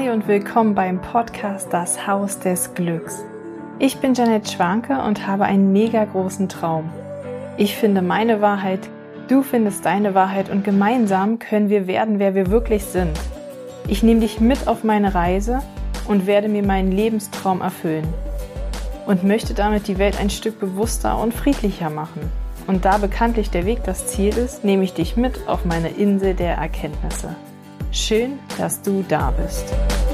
Hi und willkommen beim Podcast Das Haus des Glücks. Ich bin Janet Schwanke und habe einen mega großen Traum. Ich finde meine Wahrheit, du findest deine Wahrheit und gemeinsam können wir werden, wer wir wirklich sind. Ich nehme dich mit auf meine Reise und werde mir meinen Lebenstraum erfüllen und möchte damit die Welt ein Stück bewusster und friedlicher machen. Und da bekanntlich der Weg das Ziel ist, nehme ich dich mit auf meine Insel der Erkenntnisse. Schön, dass du da bist.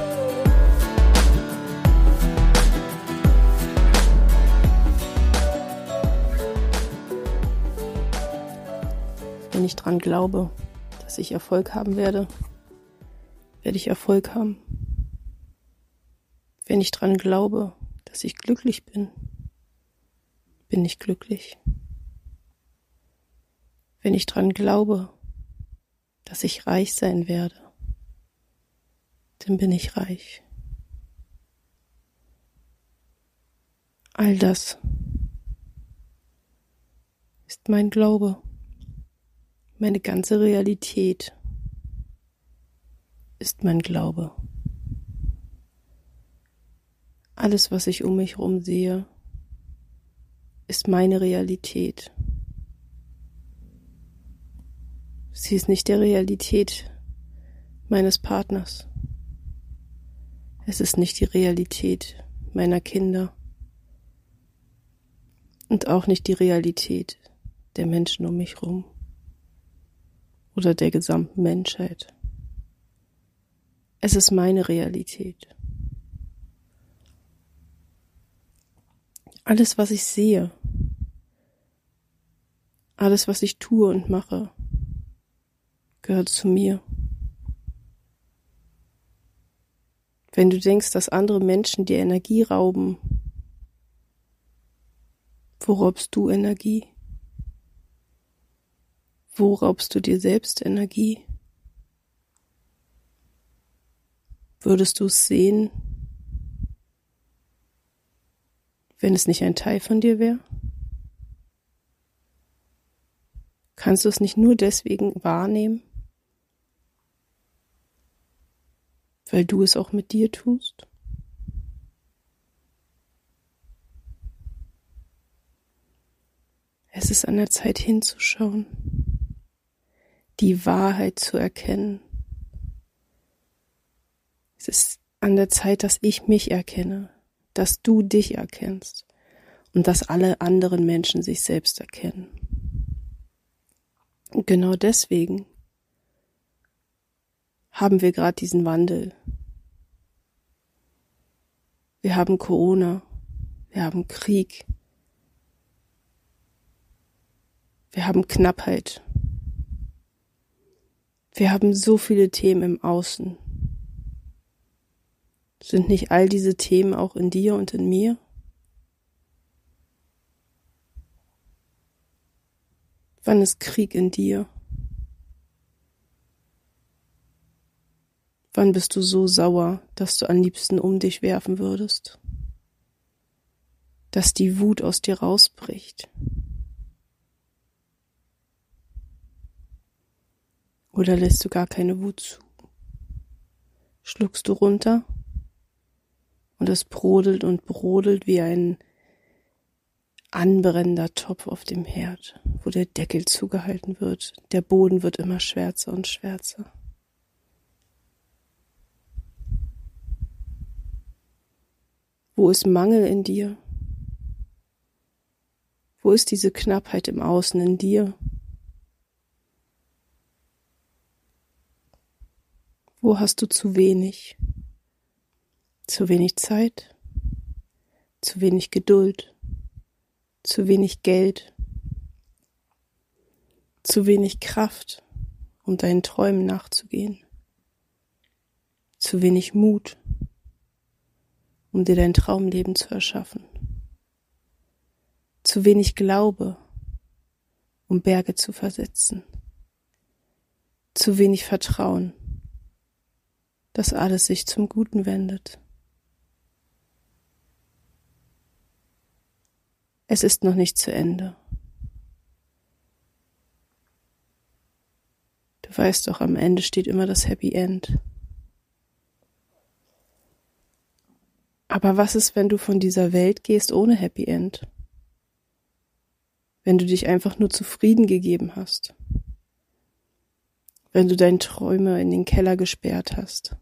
Wenn ich dran glaube, dass ich Erfolg haben werde, werde ich Erfolg haben. Wenn ich dran glaube, dass ich glücklich bin, bin ich glücklich. Wenn ich dran glaube, dass ich reich sein werde, dann bin ich reich. All das ist mein Glaube, meine ganze Realität ist mein Glaube. Alles, was ich um mich herum sehe, ist meine Realität. Sie ist nicht der Realität meines Partners. Es ist nicht die Realität meiner Kinder und auch nicht die Realität der Menschen um mich herum oder der gesamten Menschheit. Es ist meine Realität. Alles, was ich sehe, alles, was ich tue und mache, gehört zu mir. Wenn du denkst, dass andere Menschen dir Energie rauben, wo raubst du Energie? Wo raubst du dir selbst Energie? Würdest du es sehen, wenn es nicht ein Teil von dir wäre? Kannst du es nicht nur deswegen wahrnehmen, weil du es auch mit dir tust? Es ist an der Zeit hinzuschauen, die Wahrheit zu erkennen. Es ist an der Zeit, dass ich mich erkenne, dass du dich erkennst und dass alle anderen Menschen sich selbst erkennen. Und genau deswegen haben wir gerade diesen Wandel. Wir haben Corona, wir haben Krieg, wir haben Knappheit, wir haben so viele Themen im Außen. Sind nicht all diese Themen auch in dir und in mir? Wann ist Krieg in dir? Wann bist du so sauer, dass du am liebsten um dich werfen würdest? Dass die Wut aus dir rausbricht? Oder lässt du gar keine Wut zu? Schluckst du runter? Und es brodelt und brodelt wie ein anbrennender Topf auf dem Herd, wo der Deckel zugehalten wird. Der Boden wird immer schwärzer und schwärzer. Wo ist Mangel in dir? Wo ist diese Knappheit im Außen in dir? Wo hast du zu wenig? Zu wenig Zeit? Zu wenig Geduld? Zu wenig Geld? Zu wenig Kraft, um deinen Träumen nachzugehen? Zu wenig Mut, um dir dein Traumleben zu erschaffen? Zu wenig Glaube, um Berge zu versetzen? Zu wenig Vertrauen, dass alles sich zum Guten wendet? Es ist noch nicht zu Ende. Du weißt doch, am Ende steht immer das Happy End. Aber was ist, wenn du von dieser Welt gehst ohne Happy End? Wenn du dich einfach nur zufrieden gegeben hast? Wenn du deine Träume in den Keller gesperrt hast?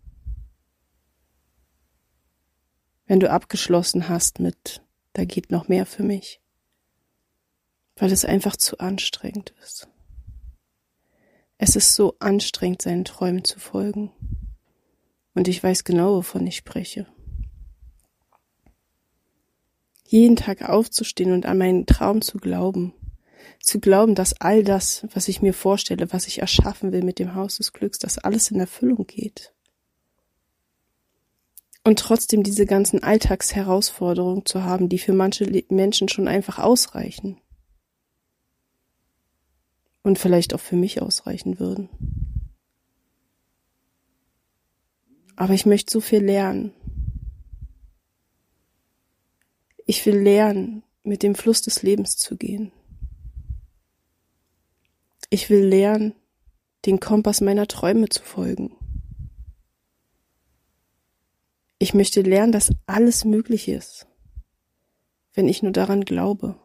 Wenn du abgeschlossen hast mit, da geht noch mehr für mich? Weil es einfach zu anstrengend ist. Es ist so anstrengend, seinen Träumen zu folgen. Und ich weiß genau, wovon ich spreche. Jeden Tag aufzustehen und an meinen Traum zu glauben, dass all das, was ich mir vorstelle, was ich erschaffen will mit dem Haus des Glücks, dass alles in Erfüllung geht. Und trotzdem diese ganzen Alltagsherausforderungen zu haben, die für manche Menschen schon einfach ausreichen. Und vielleicht auch für mich ausreichen würden. Aber ich möchte so viel lernen. Ich will lernen, mit dem Fluss des Lebens zu gehen. Ich will lernen, den Kompass meiner Träume zu folgen. Ich möchte lernen, dass alles möglich ist, wenn ich nur daran glaube.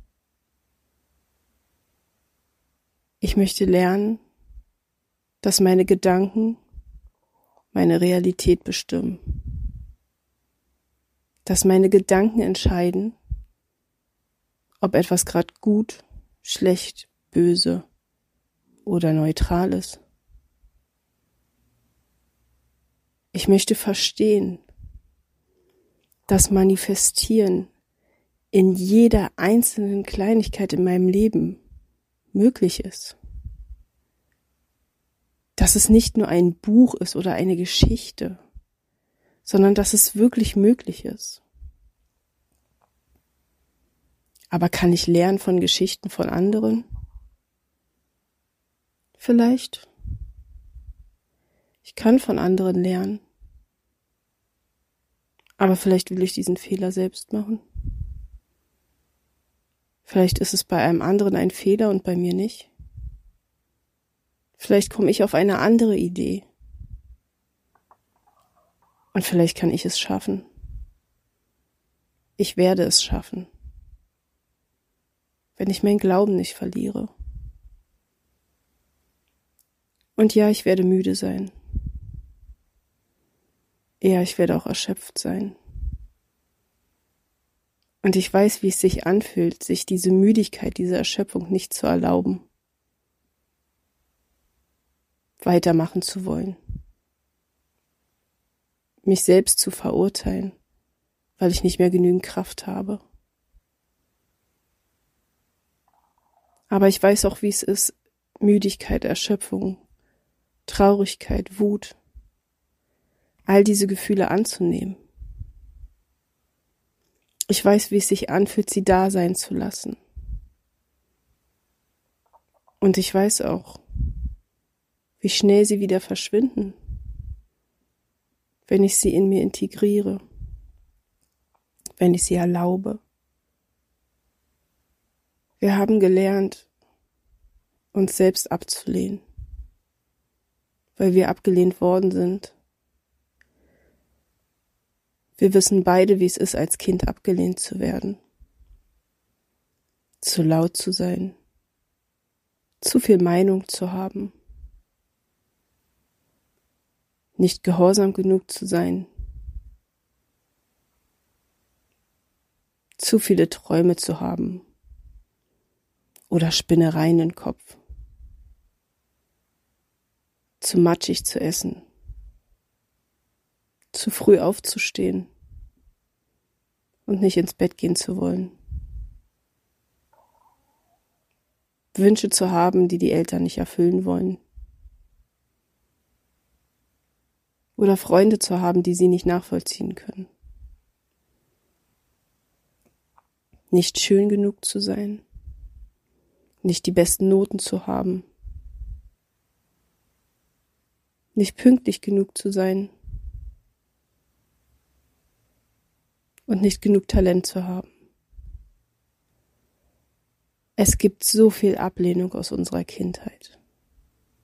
Ich möchte lernen, dass meine Gedanken meine Realität bestimmen. Dass meine Gedanken entscheiden, ob etwas gerade gut, schlecht, böse oder neutral ist. Ich möchte verstehen, dass Manifestieren in jeder einzelnen Kleinigkeit in meinem Leben möglich ist. Dass es nicht nur ein Buch ist oder eine Geschichte, sondern dass es wirklich möglich ist. Aber kann ich lernen von Geschichten von anderen? Vielleicht. Ich kann von anderen lernen. Aber vielleicht will ich diesen Fehler selbst machen. Vielleicht ist es bei einem anderen ein Fehler und bei mir nicht. Vielleicht komme ich auf eine andere Idee. Und vielleicht kann ich es schaffen. Ich werde es schaffen. Wenn ich meinen Glauben nicht verliere. Und ja, ich werde müde sein. Ja, ich werde auch erschöpft sein. Und ich weiß, wie es sich anfühlt, sich diese Müdigkeit, diese Erschöpfung nicht zu erlauben. Weitermachen zu wollen. Mich selbst zu verurteilen, weil ich nicht mehr genügend Kraft habe. Aber ich weiß auch, wie es ist, Müdigkeit, Erschöpfung, Traurigkeit, Wut, all diese Gefühle anzunehmen. Ich weiß, wie es sich anfühlt, sie da sein zu lassen. Und ich weiß auch, wie schnell sie wieder verschwinden, wenn ich sie in mir integriere, wenn ich sie erlaube. Wir haben gelernt, uns selbst abzulehnen, weil wir abgelehnt worden sind. Wir wissen beide, wie es ist, als Kind abgelehnt zu werden, zu laut zu sein, zu viel Meinung zu haben, nicht gehorsam genug zu sein, zu viele Träume zu haben oder Spinnereien im Kopf, zu matschig zu essen, zu früh aufzustehen und nicht ins Bett gehen zu wollen. Wünsche zu haben, die die Eltern nicht erfüllen wollen. Oder Freunde zu haben, die sie nicht nachvollziehen können. Nicht schön genug zu sein. Nicht die besten Noten zu haben. Nicht pünktlich genug zu sein. Und nicht genug Talent zu haben. Es gibt so viel Ablehnung aus unserer Kindheit.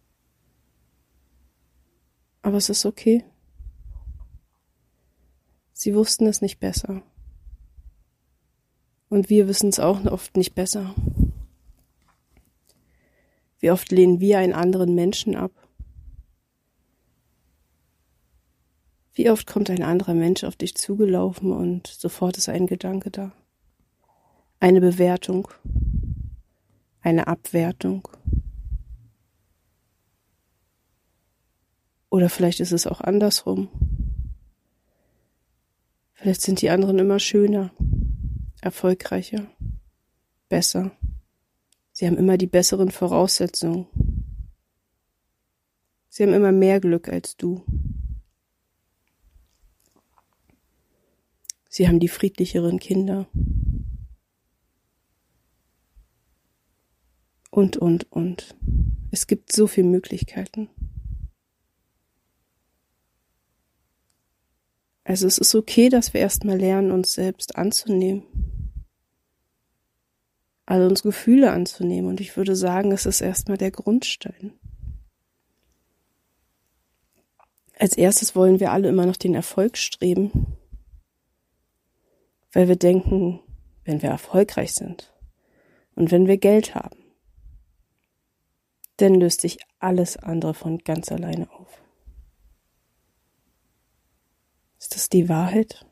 Aber es ist okay. Sie wussten es nicht besser. Und wir wissen es auch oft nicht besser. Wie oft lehnen wir einen anderen Menschen ab? Wie oft kommt ein anderer Mensch auf dich zugelaufen und sofort ist ein Gedanke da? Eine Bewertung, eine Abwertung. Oder vielleicht ist es auch andersrum. Vielleicht sind die anderen immer schöner, erfolgreicher, besser. Sie haben immer die besseren Voraussetzungen. Sie haben immer mehr Glück als du. Sie haben die friedlicheren Kinder. Und. Es gibt so viele Möglichkeiten. Also es ist okay, dass wir erstmal lernen, uns selbst anzunehmen. Alle unsere Gefühle anzunehmen. Und ich würde sagen, es ist erstmal der Grundstein. Als erstes wollen wir alle immer noch den Erfolg streben. Weil wir denken, wenn wir erfolgreich sind und wenn wir Geld haben, dann löst sich alles andere von ganz alleine auf. Ist das die Wahrheit?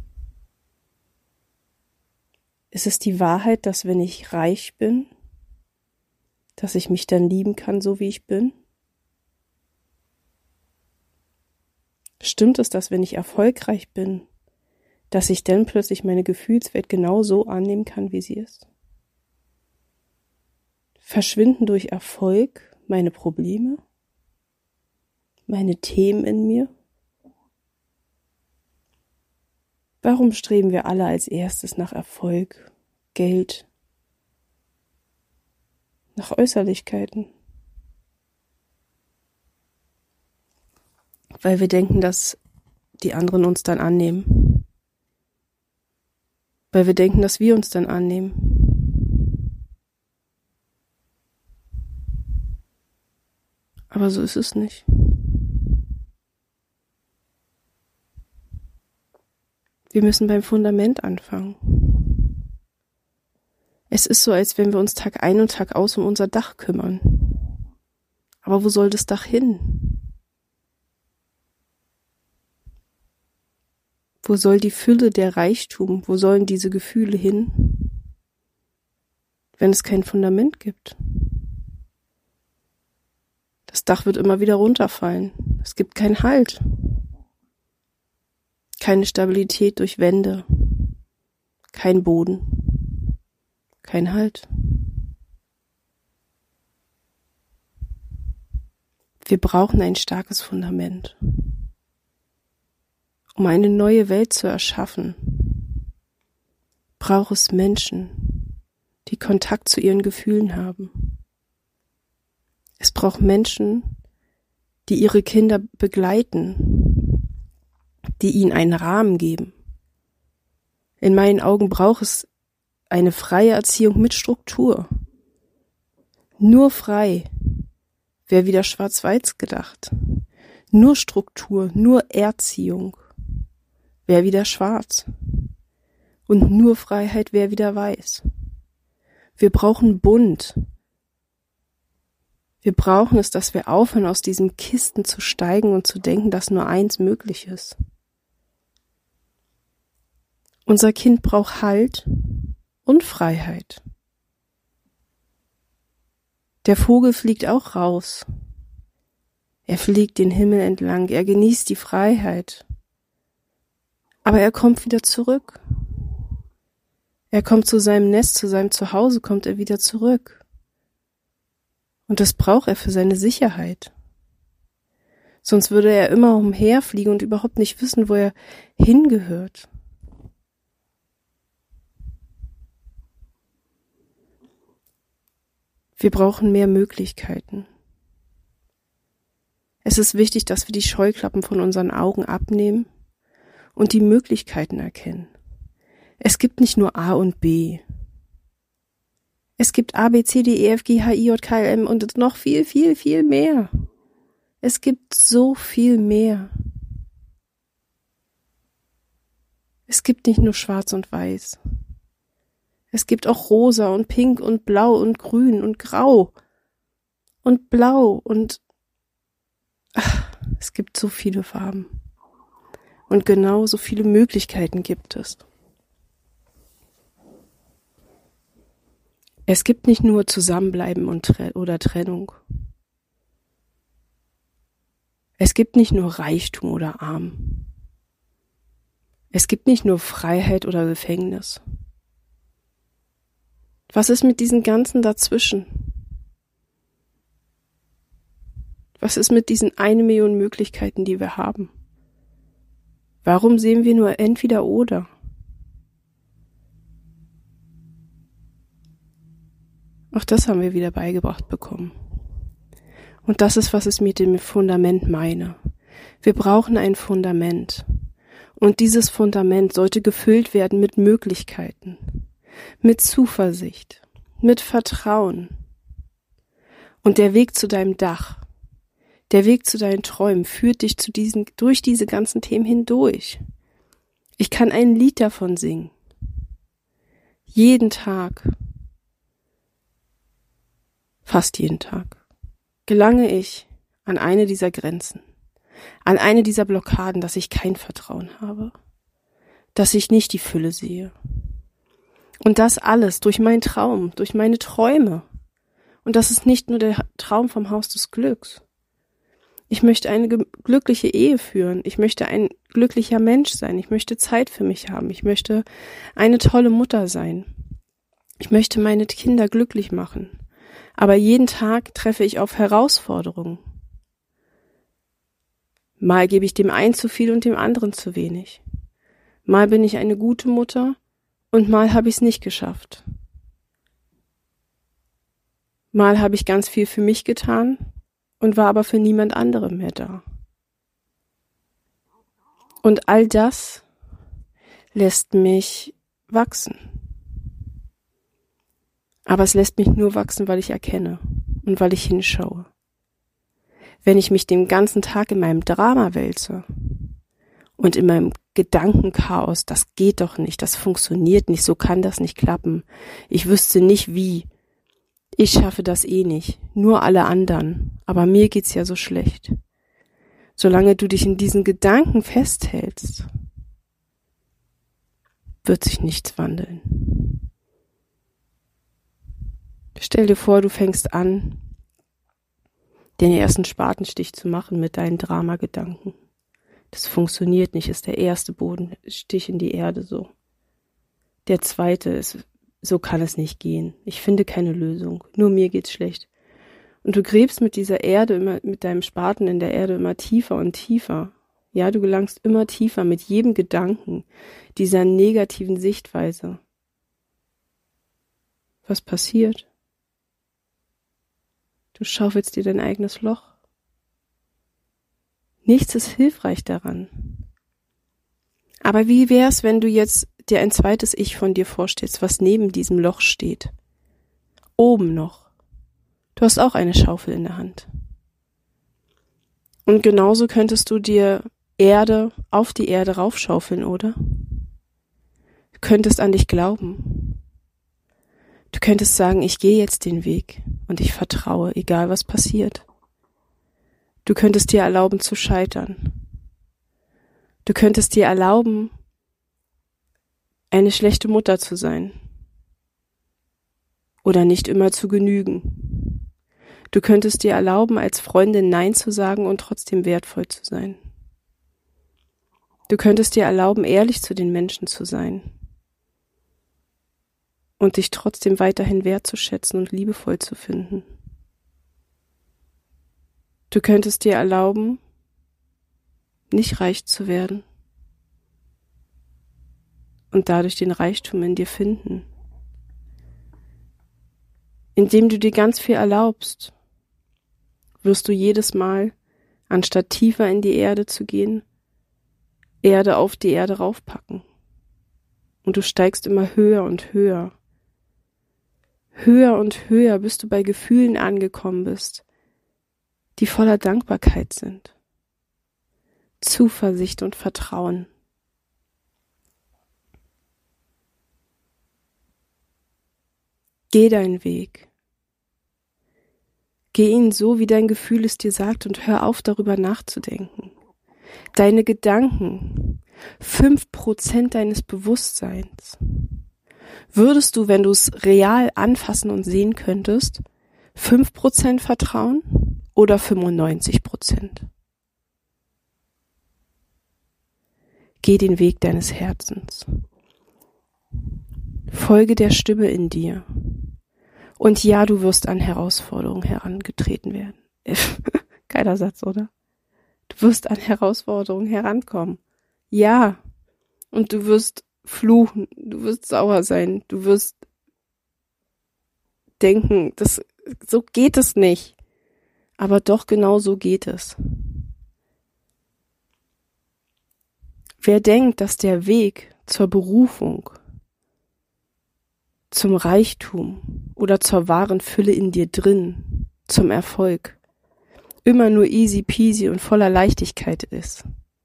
Ist es die Wahrheit, dass wenn ich reich bin, dass ich mich dann lieben kann, so wie ich bin? Stimmt es, dass wenn ich erfolgreich bin, dass ich dann plötzlich meine Gefühlswelt genau so annehmen kann, wie sie ist? Verschwinden durch Erfolg meine Probleme, meine Themen in mir? Warum streben wir alle als erstes nach Erfolg, Geld, nach Äußerlichkeiten? Weil wir denken, dass die anderen uns dann annehmen. Weil wir denken, dass wir uns dann annehmen. Aber so ist es nicht. Wir müssen beim Fundament anfangen. Es ist so, als wenn wir uns Tag ein und Tag aus um unser Dach kümmern. Aber wo soll das Dach hin? Wo soll die Fülle, der Reichtum, wo sollen diese Gefühle hin, wenn es kein Fundament gibt? Das Dach wird immer wieder runterfallen. Es gibt keinen Halt. Keine Stabilität durch Wände. Kein Boden. Kein Halt. Wir brauchen ein starkes Fundament. Um eine neue Welt zu erschaffen, braucht es Menschen, die Kontakt zu ihren Gefühlen haben. Es braucht Menschen, die ihre Kinder begleiten, die ihnen einen Rahmen geben. In meinen Augen braucht es eine freie Erziehung mit Struktur. Nur frei wäre wieder schwarz-weiß gedacht. Nur Struktur, nur Erziehung wäre wieder schwarz. Und nur Freiheit wäre wieder weiß. Wir brauchen bunt. Wir brauchen es, dass wir aufhören, aus diesen Kisten zu steigen und zu denken, dass nur eins möglich ist. Unser Kind braucht Halt und Freiheit. Der Vogel fliegt auch raus. Er fliegt den Himmel entlang, er genießt die Freiheit. Aber er kommt wieder zurück. Er kommt zu seinem Nest, zu seinem Zuhause, kommt er wieder zurück. Und das braucht er für seine Sicherheit. Sonst würde er immer umherfliegen und überhaupt nicht wissen, wo er hingehört. Wir brauchen mehr Möglichkeiten. Es ist wichtig, dass wir die Scheuklappen von unseren Augen abnehmen und die Möglichkeiten erkennen. Es gibt nicht nur A und B. Es gibt A, B, C, D, E, F, G, H, I, J, K, L, M und noch viel, viel, viel mehr. Es gibt so viel mehr. Es gibt nicht nur schwarz und weiß. Es gibt auch rosa und pink und blau und grün und grau und blau und es gibt so viele Farben. Und genau so viele Möglichkeiten gibt es. Es gibt nicht nur Zusammenbleiben oder Trennung. Es gibt nicht nur Reichtum oder Arm. Es gibt nicht nur Freiheit oder Gefängnis. Was ist mit diesen ganzen dazwischen? Was ist mit diesen 1 Million Möglichkeiten, die wir haben? Warum sehen wir nur entweder oder? Auch das haben wir wieder beigebracht bekommen. Und das ist, was ich mit dem Fundament meine. Wir brauchen ein Fundament. Und dieses Fundament sollte gefüllt werden mit Möglichkeiten, mit Zuversicht, mit Vertrauen. Und der Weg zu deinem Dach, der Weg zu deinen Träumen führt dich durch diese ganzen Themen hindurch. Ich kann ein Lied davon singen. Jeden Tag. Fast jeden Tag. Gelange ich an eine dieser Grenzen, an eine dieser Blockaden, dass ich kein Vertrauen habe, dass ich nicht die Fülle sehe. Und das alles durch meinen Traum, durch meine Träume. Und das ist nicht nur der Traum vom Haus des Glücks. Ich möchte eine glückliche Ehe führen. Ich möchte ein glücklicher Mensch sein. Ich möchte Zeit für mich haben. Ich möchte eine tolle Mutter sein. Ich möchte meine Kinder glücklich machen. Aber jeden Tag treffe ich auf Herausforderungen. Mal gebe ich dem einen zu viel und dem anderen zu wenig. Mal bin ich eine gute Mutter und mal habe ich es nicht geschafft. Mal habe ich ganz viel für mich getan und war aber für niemand anderem mehr da. Und all das lässt mich wachsen. Aber es lässt mich nur wachsen, weil ich erkenne und weil ich hinschaue. Wenn ich mich den ganzen Tag in meinem Drama wälze und in meinem Gedankenchaos, das geht doch nicht, das funktioniert nicht, so kann das nicht klappen. Ich wüsste nicht wie. Ich schaffe das eh nicht, nur alle anderen, aber mir geht's ja so schlecht. Solange du dich in diesen Gedanken festhältst, wird sich nichts wandeln. Stell dir vor, du fängst an, den ersten Spatenstich zu machen mit deinen Dramagedanken. Das funktioniert nicht, ist der erste Bodenstich in die Erde so. Der zweite ist, so kann es nicht gehen. Ich finde keine Lösung, nur mir geht's schlecht. Und du gräbst mit dieser Erde immer, mit deinem Spaten in der Erde immer tiefer und tiefer. Ja, du gelangst immer tiefer mit jedem Gedanken dieser negativen Sichtweise. Was passiert? Du schaufelst dir dein eigenes Loch. Nichts ist hilfreich daran. Aber wie wär's, wenn du jetzt dir ein zweites Ich von dir vorstellst, was neben diesem Loch steht? Oben noch. Du hast auch eine Schaufel in der Hand. Und genauso könntest du dir Erde auf die Erde raufschaufeln, oder? Du könntest an dich glauben. Du könntest sagen, ich gehe jetzt den Weg und ich vertraue, egal was passiert. Du könntest dir erlauben zu scheitern. Du könntest dir erlauben, eine schlechte Mutter zu sein oder nicht immer zu genügen. Du könntest dir erlauben, als Freundin Nein zu sagen und trotzdem wertvoll zu sein. Du könntest dir erlauben, ehrlich zu den Menschen zu sein und dich trotzdem weiterhin wertzuschätzen und liebevoll zu finden. Du könntest dir erlauben, nicht reich zu werden und dadurch den Reichtum in dir finden. Indem du dir ganz viel erlaubst, wirst du jedes Mal, anstatt tiefer in die Erde zu gehen, Erde auf die Erde raufpacken. Und du steigst immer höher und höher. Höher und höher, bis du bei Gefühlen angekommen bist, die voller Dankbarkeit sind. Zuversicht und Vertrauen. Geh deinen Weg. Geh ihn so, wie dein Gefühl es dir sagt und hör auf, darüber nachzudenken. Deine Gedanken, 5% deines Bewusstseins. Würdest du, wenn du es real anfassen und sehen könntest, 5% vertrauen oder 95%? Geh den Weg deines Herzens. Folge der Stimme in dir. Und ja, du wirst an Herausforderungen herangetreten werden. Geiler Satz, oder? Du wirst an Herausforderungen herankommen. Ja. Und du wirst fluchen, du wirst sauer sein, du wirst denken, so geht es nicht. Aber doch genau so geht es. Wer denkt, dass der Weg zur Berufung, zum Reichtum oder zur wahren Fülle in dir drin, zum Erfolg, immer nur easy peasy und voller Leichtigkeit ist,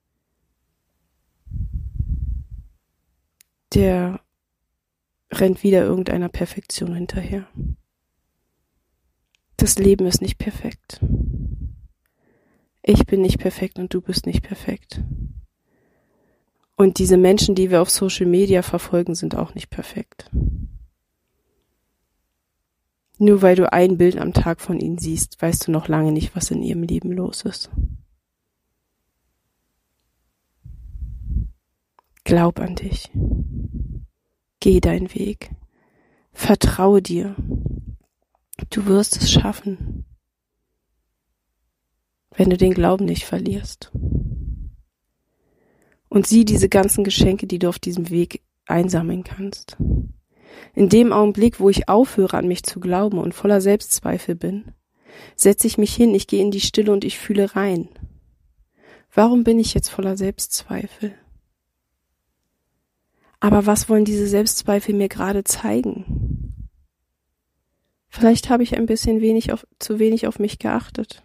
der rennt wieder irgendeiner Perfektion hinterher. Das Leben ist nicht perfekt. Ich bin nicht perfekt und du bist nicht perfekt. Und diese Menschen, die wir auf Social Media verfolgen, sind auch nicht perfekt. Nur weil du ein Bild am Tag von ihnen siehst, weißt du noch lange nicht, was in ihrem Leben los ist. Glaub an dich. Geh deinen Weg. Vertraue dir. Du wirst es schaffen, wenn du den Glauben nicht verlierst. Und sieh diese ganzen Geschenke, die du auf diesem Weg einsammeln kannst. In dem Augenblick, wo ich aufhöre, an mich zu glauben und voller Selbstzweifel bin, setze ich mich hin, ich gehe in die Stille und ich fühle rein. Warum bin ich jetzt voller Selbstzweifel? Aber was wollen diese Selbstzweifel mir gerade zeigen? Vielleicht habe ich ein bisschen zu wenig auf mich geachtet.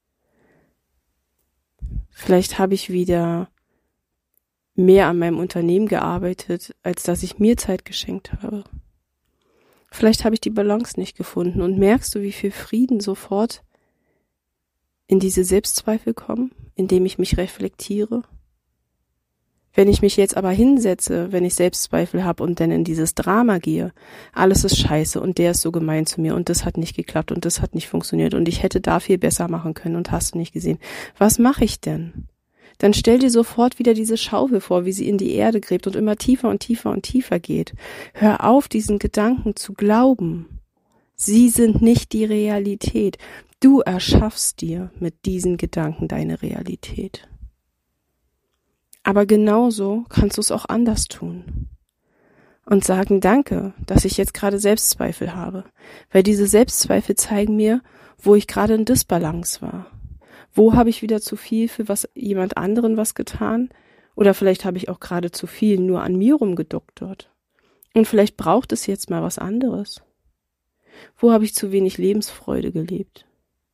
Vielleicht habe ich wieder mehr an meinem Unternehmen gearbeitet, als dass ich mir Zeit geschenkt habe. Vielleicht habe ich die Balance nicht gefunden. Und merkst du, wie viel Frieden sofort in diese Selbstzweifel kommen, indem ich mich reflektiere? Wenn ich mich jetzt aber hinsetze, wenn ich Selbstzweifel habe und dann in dieses Drama gehe, alles ist scheiße und der ist so gemein zu mir und das hat nicht geklappt und das hat nicht funktioniert und ich hätte da viel besser machen können und hast du nicht gesehen. Was mache ich denn? Dann stell dir sofort wieder diese Schaufel vor, wie sie in die Erde gräbt und immer tiefer und tiefer und tiefer geht. Hör auf, diesen Gedanken zu glauben. Sie sind nicht die Realität. Du erschaffst dir mit diesen Gedanken deine Realität. Aber genauso kannst du es auch anders tun. Und sagen, danke, dass ich jetzt gerade Selbstzweifel habe. Weil diese Selbstzweifel zeigen mir, wo ich gerade in Disbalance war. Wo habe ich wieder zu viel für jemand anderen was getan? Oder vielleicht habe ich auch gerade zu viel nur an mir rumgedoktert. Und vielleicht braucht es jetzt mal was anderes. Wo habe ich zu wenig Lebensfreude gelebt?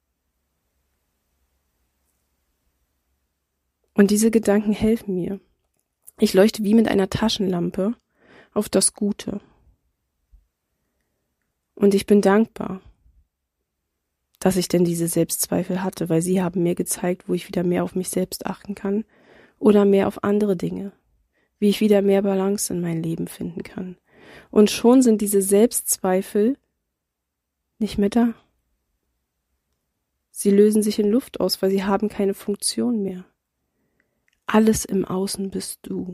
Und diese Gedanken helfen mir. Ich leuchte wie mit einer Taschenlampe auf das Gute. Und ich bin dankbar, dass ich denn diese Selbstzweifel hatte, weil sie haben mir gezeigt, wo ich wieder mehr auf mich selbst achten kann oder mehr auf andere Dinge, wie ich wieder mehr Balance in mein Leben finden kann. Und schon sind diese Selbstzweifel nicht mehr da. Sie lösen sich in Luft aus, weil sie haben keine Funktion mehr. Alles im Außen bist du.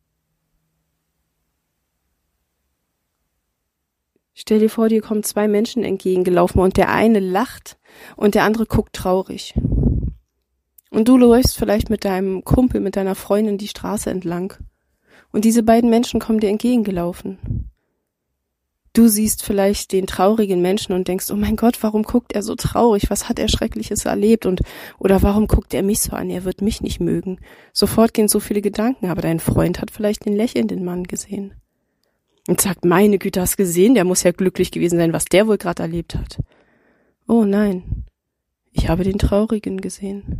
Stell dir vor, dir kommen zwei Menschen entgegengelaufen und der eine lacht und der andere guckt traurig. Und du läufst vielleicht mit deinem Kumpel, mit deiner Freundin die Straße entlang. Und diese beiden Menschen kommen dir entgegengelaufen. Du siehst vielleicht den traurigen Menschen und denkst, oh mein Gott, warum guckt er so traurig? Was hat er Schreckliches erlebt? Oder warum guckt er mich so an? Er wird mich nicht mögen. Sofort gehen so viele Gedanken, aber dein Freund hat vielleicht den lächelnden Mann gesehen. Und sagt, meine Güte, hast gesehen? Der muss ja glücklich gewesen sein, was der wohl gerade erlebt hat. Oh nein, ich habe den Traurigen gesehen.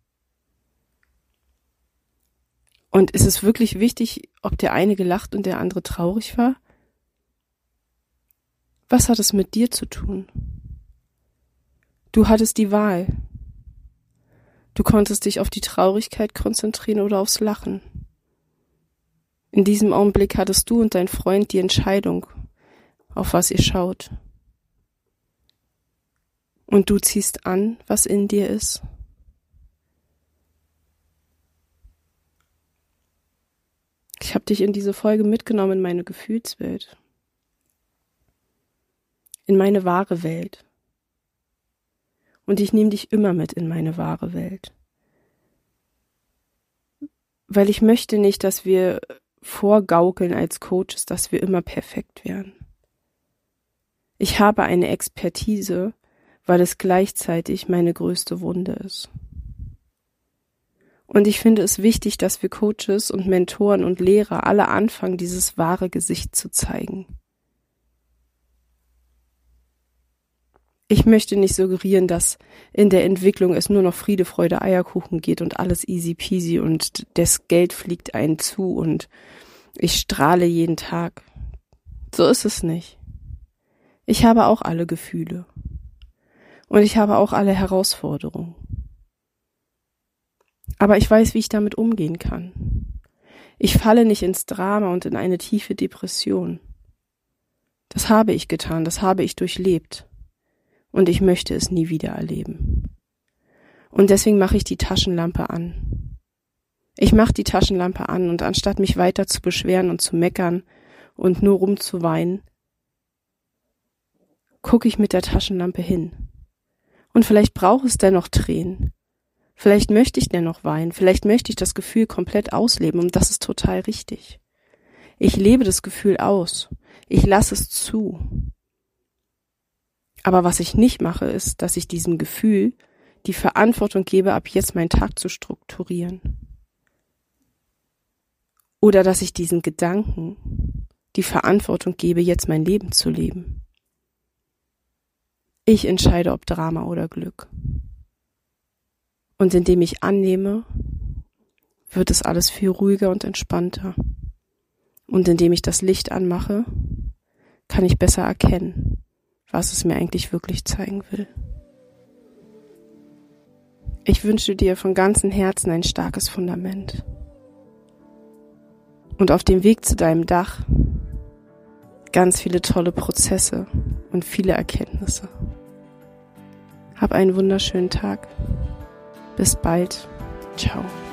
Und ist es wirklich wichtig, ob der eine gelacht und der andere traurig war? Was hat es mit dir zu tun? Du hattest die Wahl. Du konntest dich auf die Traurigkeit konzentrieren oder aufs Lachen. In diesem Augenblick hattest du und dein Freund die Entscheidung, auf was ihr schaut. Und du ziehst an, was in dir ist. Ich habe dich in diese Folge mitgenommen in meine Gefühlswelt. In meine wahre Welt. Und ich nehme dich immer mit in meine wahre Welt. Weil ich möchte nicht, dass wir vorgaukeln als Coaches, dass wir immer perfekt wären. Ich habe eine Expertise, weil es gleichzeitig meine größte Wunde ist. Und ich finde es wichtig, dass wir Coaches und Mentoren und Lehrer alle anfangen, dieses wahre Gesicht zu zeigen. Ich möchte nicht suggerieren, dass in der Entwicklung es nur noch Friede, Freude, Eierkuchen geht und alles easy peasy und das Geld fliegt einen zu und ich strahle jeden Tag. So ist es nicht. Ich habe auch alle Gefühle. Und ich habe auch alle Herausforderungen. Aber ich weiß, wie ich damit umgehen kann. Ich falle nicht ins Drama und in eine tiefe Depression. Das habe ich getan, das habe ich durchlebt. Und ich möchte es nie wieder erleben. Und deswegen mache ich die Taschenlampe an. Ich mache die Taschenlampe an und anstatt mich weiter zu beschweren und zu meckern und nur rumzuweinen, gucke ich mit der Taschenlampe hin. Und vielleicht braucht es dennoch Tränen. Vielleicht möchte ich dennoch weinen. Vielleicht möchte ich das Gefühl komplett ausleben und das ist total richtig. Ich lebe das Gefühl aus. Ich lasse es zu. Aber was ich nicht mache, ist, dass ich diesem Gefühl die Verantwortung gebe, ab jetzt meinen Tag zu strukturieren. Oder dass ich diesen Gedanken die Verantwortung gebe, jetzt mein Leben zu leben. Ich entscheide, ob Drama oder Glück. Und indem ich annehme, wird es alles viel ruhiger und entspannter. Und indem ich das Licht anmache, kann ich besser erkennen, was es mir eigentlich wirklich zeigen will. Ich wünsche dir von ganzem Herzen ein starkes Fundament. Und auf dem Weg zu deinem Dach ganz viele tolle Prozesse und viele Erkenntnisse. Hab einen wunderschönen Tag. Bis bald. Ciao.